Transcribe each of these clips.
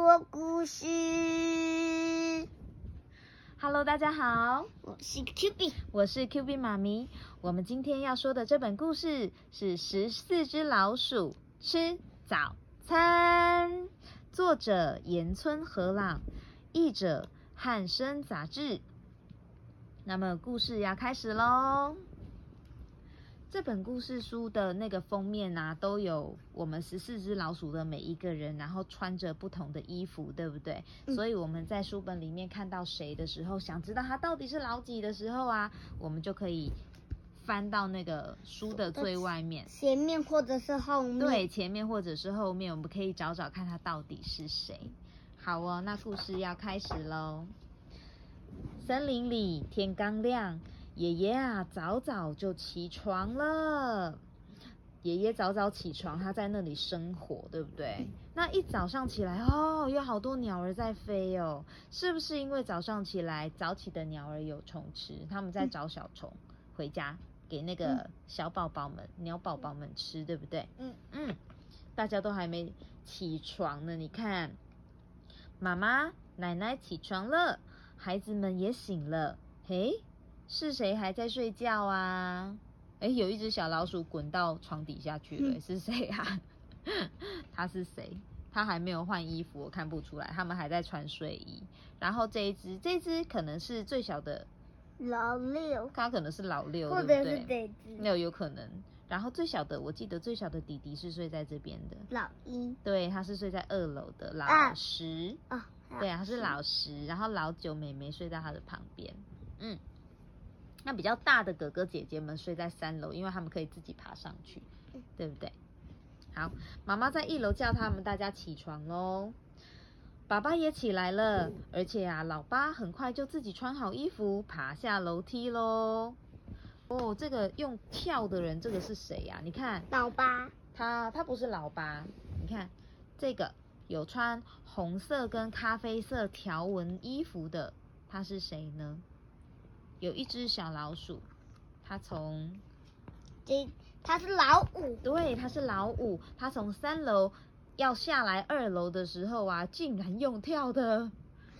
说故事。 Hello， 大家好， 我是 QB， 我是 QB 妈咪。我们今天要说的这本故事是14只老鼠吃早餐，作者岩村和朗，译者汉生杂志。那么故事要开始咯。这本故事书的那个封面啊，都有我们14只老鼠的每一个人，然后穿着不同的衣服，对不对？所以我们在书本里面看到谁的时候，想知道他到底是老几的时候啊，我们就可以翻到那个书的最外面， 前面或者是后面。 对，前面或者是后面，我们可以找找看他到底是谁。好哦，那故事要开始咯。森林里天刚亮，爷爷啊早早就起床了。爷爷早早起床，他在那里生火，对不对？那一早上起来哦，有好多鸟儿在飞哦，是不是因为早上起来早起的鸟儿有虫吃，他们在找小虫回家给那个小宝宝们、鸟宝宝们吃，对不对？大家都还没起床呢，你看，妈妈、奶奶起床了，孩子们也醒了。嘿，是谁还在睡觉啊？有一只小老鼠滚到床底下去了，是谁啊？他是谁？他还没有换衣服，我看不出来，他们还在穿睡衣。然后这一只可能是最小的老六， 他可能是老六， 或者对不对？ 是这只那有可能。然后最小的，我记得最小的弟弟是睡在这边的， 老一， 对，他是睡在2楼的老10。对啊，他是老10，然后老9妹妹睡在他的旁边。那比较大的哥哥姐姐们睡在3楼，因为他们可以自己爬上去，对不对？好，妈妈在1楼叫他们大家起床咯。爸爸也起来了，而且啊，老八很快就自己穿好衣服，爬下楼梯咯。哦，这个用跳的人，这个是谁呀？你看， 老八， 他不是老八，你看这个有穿红色跟咖啡色条纹衣服的，他是谁呢？有一只小老鼠，他是老五， 对，他是老五，他从3楼要下来2楼的时候啊，竟然用跳的。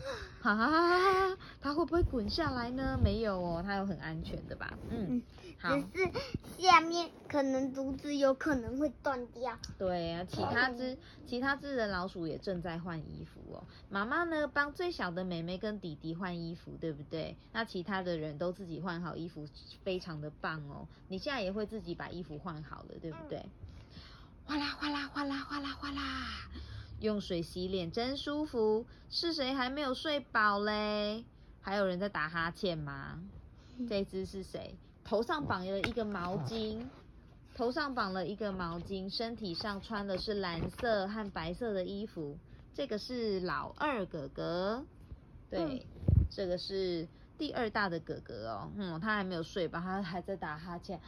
他会不会滚下来呢？没有哦，他有很安全的吧？好。 只是下面可能竹子有可能会断掉。 对啊，其他只的老鼠也正在换衣服哦。妈妈呢，帮最小的妹妹跟弟弟换衣服，对不对？那其他的人都自己换好衣服，非常的棒哦。你现在也会自己把衣服换好了，对不对？哗啦哗啦哗啦哗啦哗啦。用水洗脸真舒服，是谁还没有睡饱嘞？还有人在打哈欠吗？这只是谁？头上绑了一个毛巾，身体上穿的是蓝色和白色的衣服。这个是老2哥哥，对，这个是第2大的哥哥哦。他还没有睡吧？他还在打哈欠。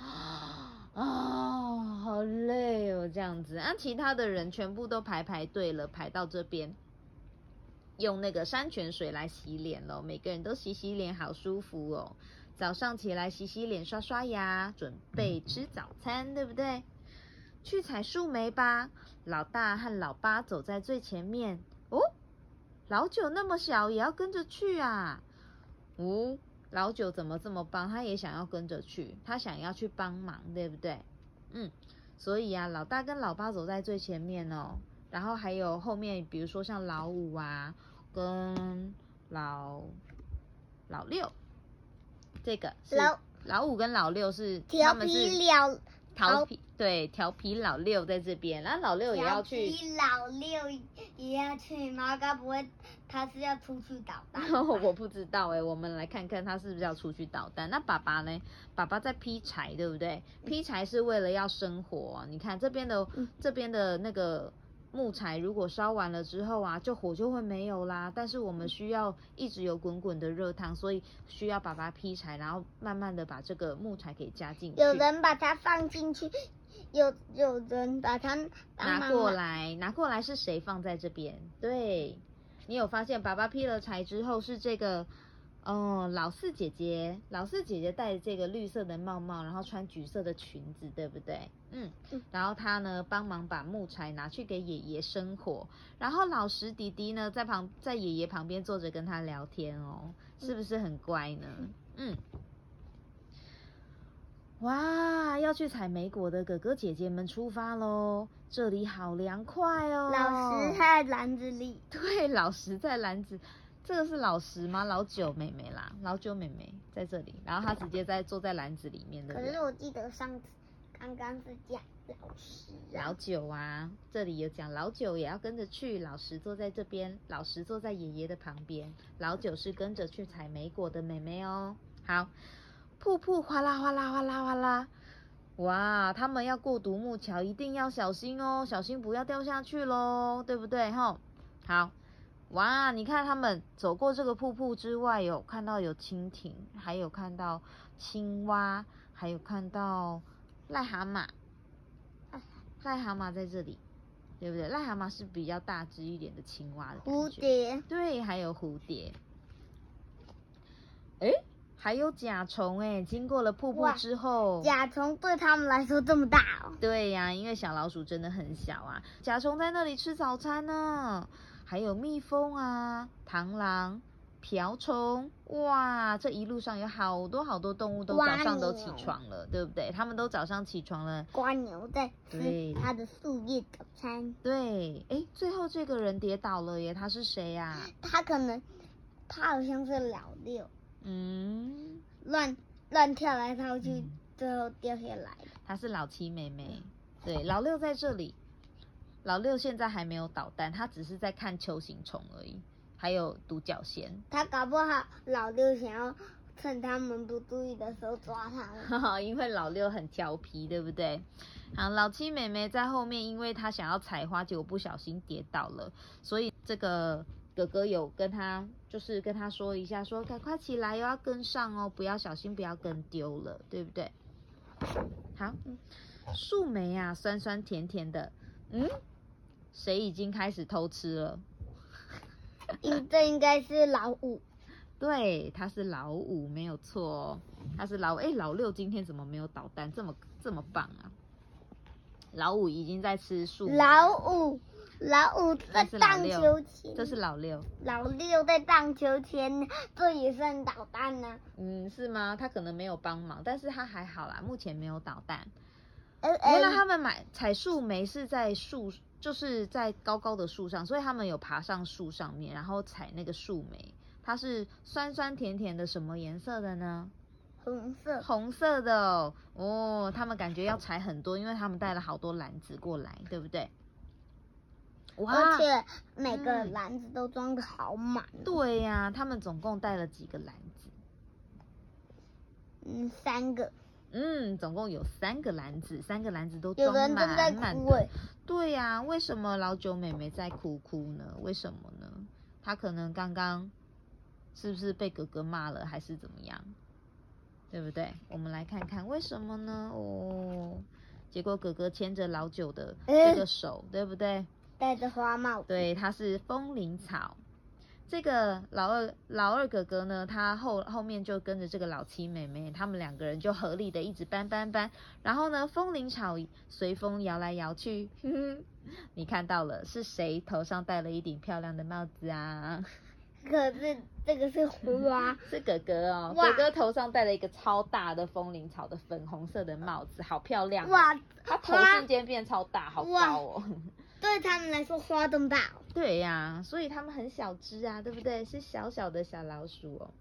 好累哦，这样子。其他的人全部都排队了，排到这边，用那个山泉水来洗脸咯。每个人都洗洗脸，好舒服哦。早上起来洗洗脸，刷刷牙，准备吃早餐，对不对？去采树莓吧。老大和老八走在最前面。老9那么小也要跟着去啊？老9怎么这么棒？他也想要跟着去，他想要去帮忙，对不对？所以啊，老大跟老八走在最前面哦，然后还有后面，比如说像老5啊，跟老6，这个是老5跟老6是他们是调皮老6在这边，然后老6也要去。 调皮老6也要去吗？该不会他是要出去捣蛋？ 我不知道我们来看看他是不是要出去捣蛋。那爸爸呢？爸爸在劈柴，对不对？劈柴是为了要生火。你看这边的那个木材如果烧完了之后啊，火就会没有啦。但是我们需要一直有滚滚的热汤，所以需要爸爸劈柴，然后慢慢的把这个木材给加进去。 有人把它放进去，有人把它拿过来是谁放在这边？对，你有发现爸爸劈了柴之后是这个哦，老四姐姐戴着这个绿色的帽帽，然后穿橘色的裙子，对不对？然后她呢帮忙把木材拿去给爷爷生火，然后老实弟弟呢在爷爷旁边坐着跟他聊天哦，是不是很乖呢？哇，要去采莓果的哥哥姐姐们出发喽！这里好凉快哦。 老石在篮子里。 对，老石在篮子。这个是老石吗？老九妹妹啦，老九妹妹在这里，然后她直接坐在篮子里面的。 可是我记得刚刚是讲老石老九啊，这里有讲老九也要跟着去，老石坐在这边，老石坐在爷爷的旁边，老九是跟着去采莓果的妹妹哦。好，瀑布哗啦哗啦哗啦哗啦，哇，他们要过独木桥，一定要小心哦，小心不要掉下去咯，对不对吼？好。哇，你看他们走过这个瀑布之外，有看到有蜻蜓，还有看到青蛙，还有看到癞蛤蟆。癞蛤蟆在这里，对不对？癞蛤蟆是比较大只一点的青蛙的感觉。 蝴蝶。 对，还有蝴蝶。还有甲虫经过了瀑布之后， 甲虫对他们来说这么大哦。 对呀，因为小老鼠真的很小啊。甲虫在那里吃早餐呢。还有蜜蜂啊，螳螂、瓢虫，哇，这一路上有好多好多动物都早上都起床了，对不对？他们都早上起床了。 蜗牛在吃它的树叶早餐。 对，最后这个人跌倒了耶，他是谁呀？ 他好像是老六。乱跳来跳去，最后掉下来的。 他是老七妹妹，对，老六在这里。老六现在还没有捣蛋，他只是在看球形虫而已，还有独角仙。 他搞不好老六想要趁他们不注意的时候抓他们。 因为老六很调皮，对不对？好，老七妹妹在后面，因为她想要采花，结果不小心跌倒了，所以这个哥哥有跟他说一下，说赶快起来，要跟上哦，小心不要跟丢了，对不对？好，树莓啊，酸酸甜甜的，谁已经开始偷吃了？ 这应该是老五。 对，他是老五，没有错哦。他是老六今天怎么没有捣蛋？这么棒啊！老五已经在吃树。 老五在荡秋千。 这是老六。 老六在荡秋千，这也算捣蛋呢。 是吗？他可能没有帮忙，但是他还好啦，目前没有捣蛋。原来他们采树莓是在就是在高高的树上，所以他们有爬上树上面，然后采那个树莓。它是酸酸甜甜的，什么颜色的呢？红色的哦。他们感觉要采很多，因为他们带了好多篮子过来，对不对？哇！ 而且每个篮子都装得好满。 对呀，他们总共带了几个篮子 ？3个。 总共有3个篮子，3个篮子都装满满的。对呀，为什么老九妹妹在哭呢？为什么呢？她可能刚刚是不是被哥哥骂了，还是怎么样？对不对？我们来看看为什么呢？结果哥哥牵着老九的这个手，对不对？ 戴着花帽子。对， 他是风铃草。这个老二哥哥呢，他后面就跟着这个老七妹妹，他们2个人就合力的一直搬，然后呢，风铃草随风摇来摇去，你看到了是谁头上戴了一顶漂亮的帽子啊？ 可是这个是花。 是哥哥哦，哥哥头上戴了一个超大的风铃草的粉红色的帽子，好漂亮哦。 哇， 他头瞬间变超大，好高哦。 对他们来说花这么大哦。 对呀，所以他们很小只啊，对不对？是小小的小老鼠哦。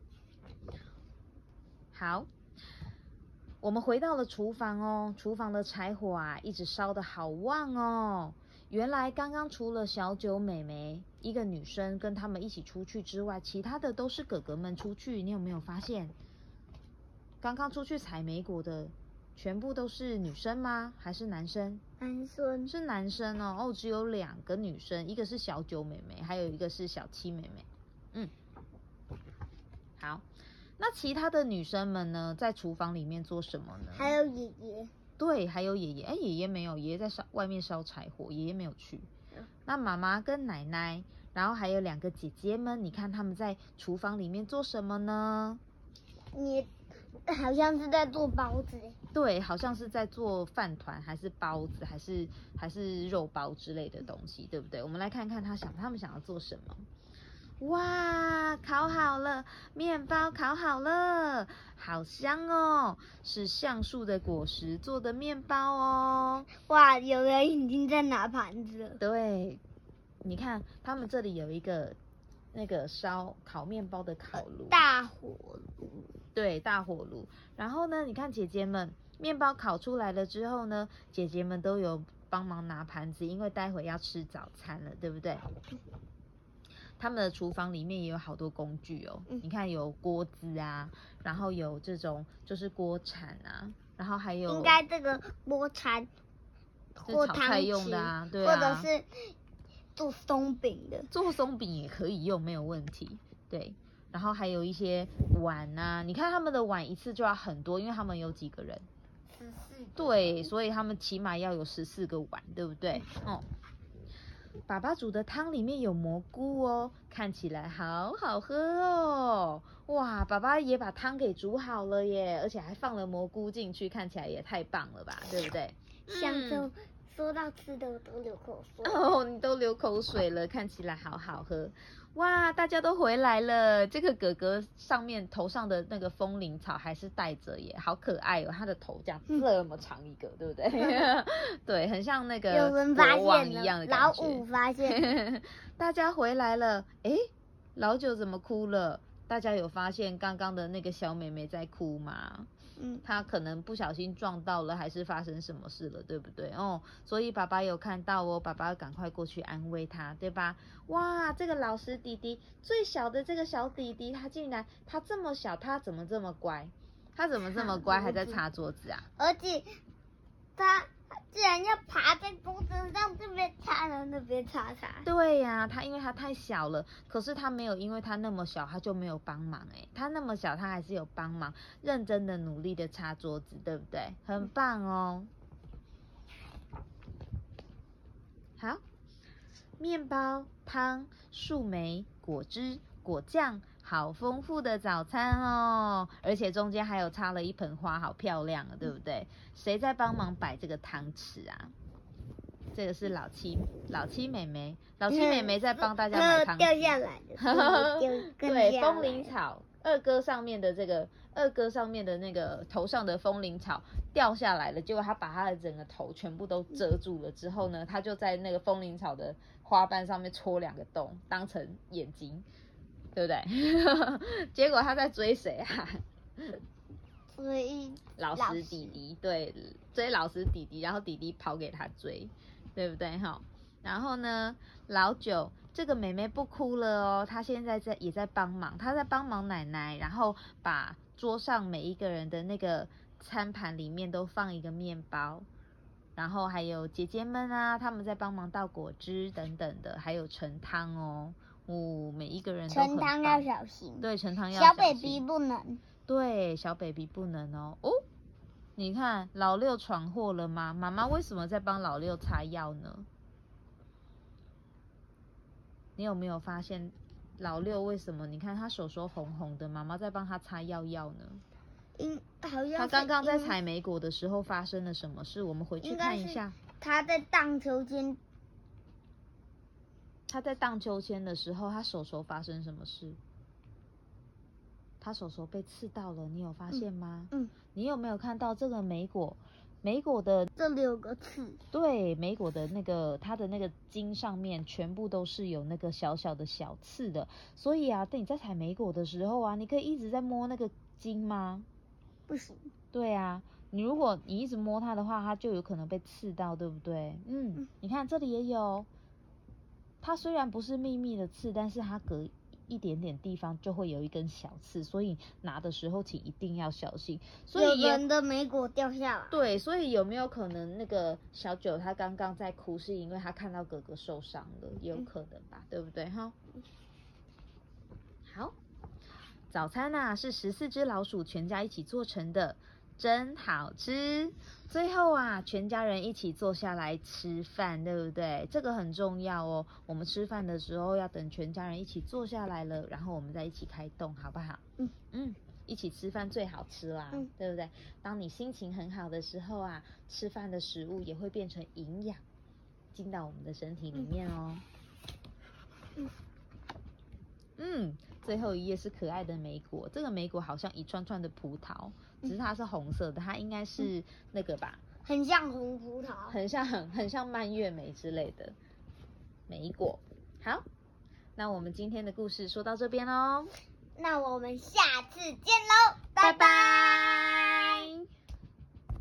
好，我们回到了厨房哦，厨房的柴火啊一直烧得好旺哦。原来刚刚除了小九妹妹一个女生跟他们一起出去之外，其他的都是哥哥们出去。你有没有发现，刚刚出去采莓果的全部都是女生吗？还是男生？ 男生。 是男生哦。只有2个女生，一个是小九妹妹，还有一个是小七妹妹。好，那其他的女生们呢，在厨房里面做什么呢？ 还有爷爷。 对，还有爷爷。爷爷没有，爷爷在外面烧柴火，爷爷没有去。 那妈妈跟奶奶，然后还有2个姐姐们，你看他们在厨房里面做什么呢？ 你好像是在做包子。 对，好像是在做饭团，还是包子，还是肉包之类的东西，对不对？我们来看看他们想要做什么。哇，烤好了，面包烤好了，好香哦，是橡树的果实做的面包哦。 哇，有人已经在拿盘子了。 对，你看他们这里有一个那个烤面包的烤炉， 大火炉。 对，大火炉。然后呢，你看姐姐们，面包烤出来了之后呢，姐姐们都有帮忙拿盘子，因为待会要吃早餐了，对不对？他们的厨房里面也有好多工具哦，你看有锅子啊，然后有这种就是锅铲啊，然后还有应该这个锅铲或炒菜用的啊，对啊，或者是做松饼的， 做松饼也可以用，没有问题，对。然后还有一些碗啊，你看他们的碗一次就要很多，因为他们有几个人 14个。 对，所以他们起码要有14个碗，对不对？哦。爸爸煮的汤里面有蘑菇哦，看起来好好喝哦。哇，爸爸也把汤给煮好了耶，而且还放了蘑菇进去，看起来也太棒了吧，对不对？ 说到吃的我都流口水。 哦，你都流口水了，看起来好好喝。哇，大家都回来了。这个哥哥头上的那个风铃草还是戴着耶，好可爱哦。他的头这样这么长一个，对不对？对，很像那个国王一样的感觉。 老五发现， 大家回来了。诶，老九怎么哭了？大家有发现刚刚的那个小妹妹在哭吗？他可能不小心撞到了，还是发生什么事了，对不对？哦，所以爸爸有看到哦，爸爸赶快过去安慰他，对吧？哇，这个老实弟弟，最小的这个小弟弟，他这么小，他怎么这么乖？他怎么这么乖，还在擦桌子啊？ 而且他竟然要爬在桌子上，这边擦了那边擦。 对呀，因为他太小了，可是他没有因为他那么小他就没有帮忙哎，他那么小他还是有帮忙，认真的努力的擦桌子，对不对？很棒哦。好，面包、汤、树莓、果汁、果酱，好丰富的早餐哦！而且中间还有插了一盆花，好漂亮啊，对不对？谁在帮忙摆这个汤匙啊？这个是老七妹妹在帮大家买汤匙。 掉下来的。 对，风铃草，二哥上面的那个头上的风铃草掉下来了，结果他把他的整个头全部都遮住了之后呢，他就在那个风铃草的花瓣上面戳2个洞，当成眼睛，对不对？结果他在追谁啊？ 追老实弟弟，对，追老实弟弟，然后弟弟跑给他追，对不对哈？然后呢，老九这个妹妹不哭了哦，她现在也在帮忙，她在帮忙奶奶，然后把桌上每一个人的那个餐盘里面都放一个面包，然后还有姐姐们啊，他们在帮忙倒果汁等等的，还有盛汤哦，每一个人都很棒。 盛汤要小心。 对，盛汤要小心。 小 baby 不能。 对，小 baby 不能哦。哦，你看老六闯祸了吗？妈妈为什么在帮老六擦药呢？你有没有发现老六为什么？你看他手红红的，妈妈在帮他擦药呢。他刚刚在采莓果的时候发生了什么事？我们回去看一下。 他在荡秋千。 他在荡秋千的时候，他手发生什么事？他手被刺到了，你有发现吗？你有没有看到这个莓果的这里有个刺？ 对，莓果的那个它的那个茎上面全部都是有那个小小的小刺的，所以啊，等你在采莓果的时候啊，你可以一直在摸那个茎吗？ 不行。 对啊，如果你一直摸它的话，它就有可能被刺到，对不对？你看这里也有，它虽然不是密密的刺，但是它隔一点点地方就会有一根小刺，所以拿的时候请一定要小心。所以有人的莓果掉下来。 对，所以有没有可能那个小九他刚刚在哭，是因为他看到哥哥受伤了，也有可能吧，对不对哈？好，早餐啊是14只老鼠全家一起做成的， 真好吃。最后啊，全家人一起坐下来吃饭，对不对？这个很重要哦。我们吃饭的时候要等全家人一起坐下来了，然后我们再一起开动，好不好？一起吃饭最好吃啦，对不对？当你心情很好的时候啊，吃饭的食物也会变成营养，进到我们的身体里面哦。最后一页是可爱的莓果，这个莓果好像一串串的葡萄，只是它是红色的，它应该是那个吧？ 很像红葡萄， 很像蔓越莓之类的莓果。好，那我们今天的故事说到这边喽， 那我们下次见喽，拜拜。